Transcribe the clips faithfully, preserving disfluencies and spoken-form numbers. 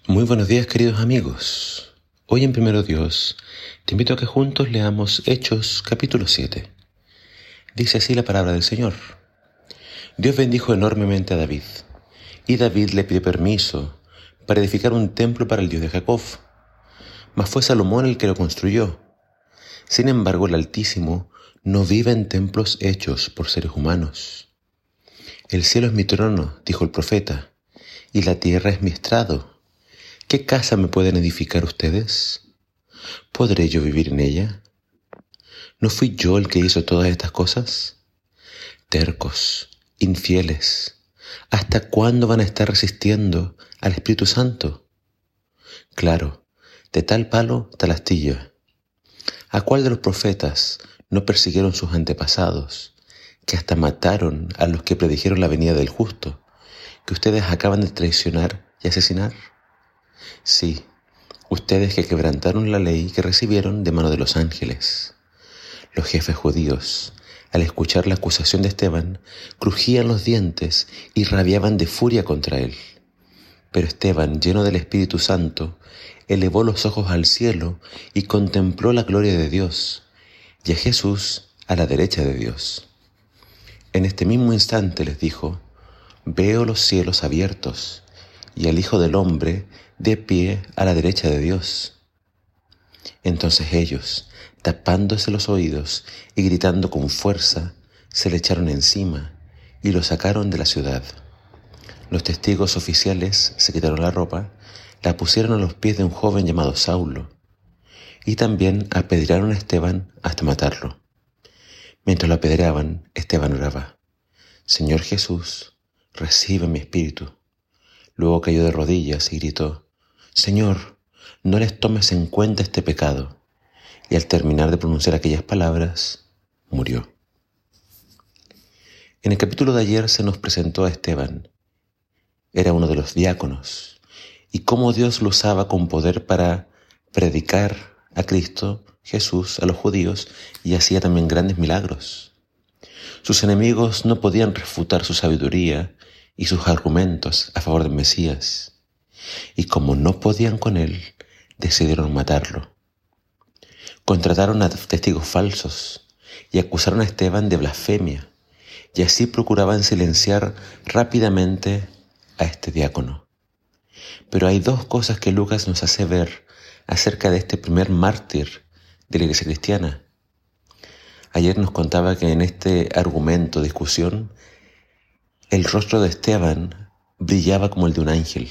Muy buenos días, queridos amigos. Hoy en Primero Dios te invito a que juntos leamos Hechos capítulo siete. Dice así la palabra del Señor. Dios bendijo enormemente a David, y David le pidió permiso para edificar un templo para el Dios de Jacob. Mas fue Salomón el que lo construyó. Sin embargo, el Altísimo no vive en templos hechos por seres humanos. El cielo es mi trono, dijo el profeta, y la tierra es mi estrado. ¿Qué casa me pueden edificar ustedes? ¿Podré yo vivir en ella? ¿No fui yo el que hizo todas estas cosas? Tercos, infieles, ¿hasta cuándo van a estar resistiendo al Espíritu Santo? Claro, de tal palo, tal astilla. ¿A cuál de los profetas no persiguieron sus antepasados, que hasta mataron a los que predijeron la venida del justo, que ustedes acaban de traicionar y asesinar? Sí, ustedes que quebrantaron la ley que recibieron de mano de los ángeles. Los jefes judíos, al escuchar la acusación de Esteban, crujían los dientes y rabiaban de furia contra él. Pero Esteban, lleno del Espíritu Santo, elevó los ojos al cielo y contempló la gloria de Dios, y a Jesús a la derecha de Dios. En este mismo instante les dijo: veo los cielos abiertos, y al Hijo del Hombre de pie a la derecha de Dios. Entonces ellos, tapándose los oídos y gritando con fuerza, se le echaron encima y lo sacaron de la ciudad. Los testigos oficiales se quitaron la ropa, la pusieron a los pies de un joven llamado Saulo, y también apedrearon a Esteban hasta matarlo. Mientras lo apedreaban, Esteban oraba: Señor Jesús, recibe mi espíritu. Luego cayó de rodillas y gritó: Señor, no les tomes en cuenta este pecado. Y al terminar de pronunciar aquellas palabras, murió. En el capítulo de ayer se nos presentó a Esteban. Era uno de los diáconos, y cómo Dios lo usaba con poder para predicar a Cristo Jesús a los judíos, y hacía también grandes milagros. Sus enemigos no podían refutar su sabiduría y sus argumentos a favor del Mesías, y como no podían con él, decidieron matarlo. Contrataron a testigos falsos y acusaron a Esteban de blasfemia, y así procuraban silenciar rápidamente a este diácono. Pero hay dos cosas que Lucas nos hace ver acerca de este primer mártir de la iglesia cristiana. Ayer nos contaba que en este argumento, discusión, el rostro de Esteban brillaba como el de un ángel.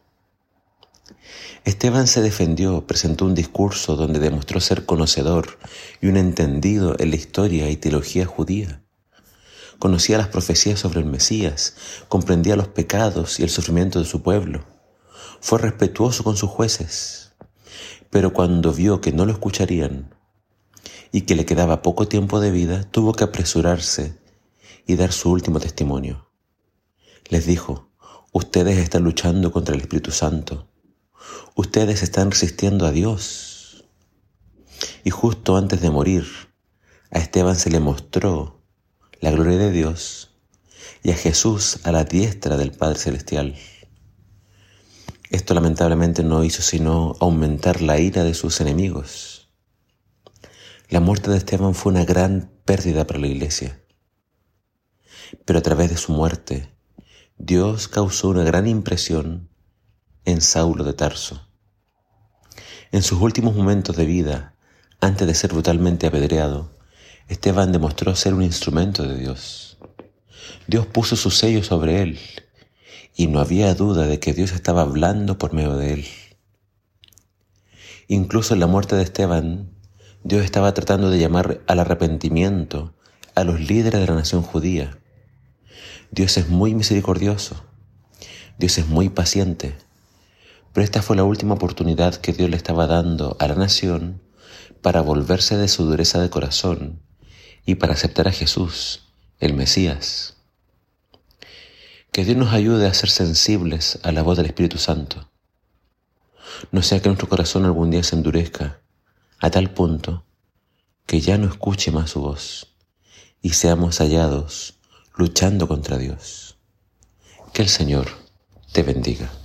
Esteban se defendió, presentó un discurso donde demostró ser conocedor y un entendido en la historia y teología judía. Conocía las profecías sobre el Mesías, comprendía los pecados y el sufrimiento de su pueblo. Fue respetuoso con sus jueces, pero cuando vio que no lo escucharían y que le quedaba poco tiempo de vida, tuvo que apresurarse y dar su último testimonio. Les dijo: ustedes están luchando contra el Espíritu Santo. Ustedes están resistiendo a Dios. Y justo antes de morir, a Esteban se le mostró la gloria de Dios y a Jesús a la diestra del Padre Celestial. Esto lamentablemente no hizo sino aumentar la ira de sus enemigos. La muerte de Esteban fue una gran pérdida para la iglesia. Pero a través de su muerte, Dios causó una gran impresión en Saulo de Tarso. En sus últimos momentos de vida, antes de ser brutalmente apedreado, Esteban demostró ser un instrumento de Dios. Dios puso su sello sobre él, y no había duda de que Dios estaba hablando por medio de él. Incluso en la muerte de Esteban, Dios estaba tratando de llamar al arrepentimiento a los líderes de la nación judía. Dios es muy misericordioso, Dios es muy paciente, pero esta fue la última oportunidad que Dios le estaba dando a la nación para volverse de su dureza de corazón y para aceptar a Jesús, el Mesías. Que Dios nos ayude a ser sensibles a la voz del Espíritu Santo. No sea que nuestro corazón algún día se endurezca a tal punto que ya no escuche más su voz y seamos hallados luchando contra Dios. Que el Señor te bendiga.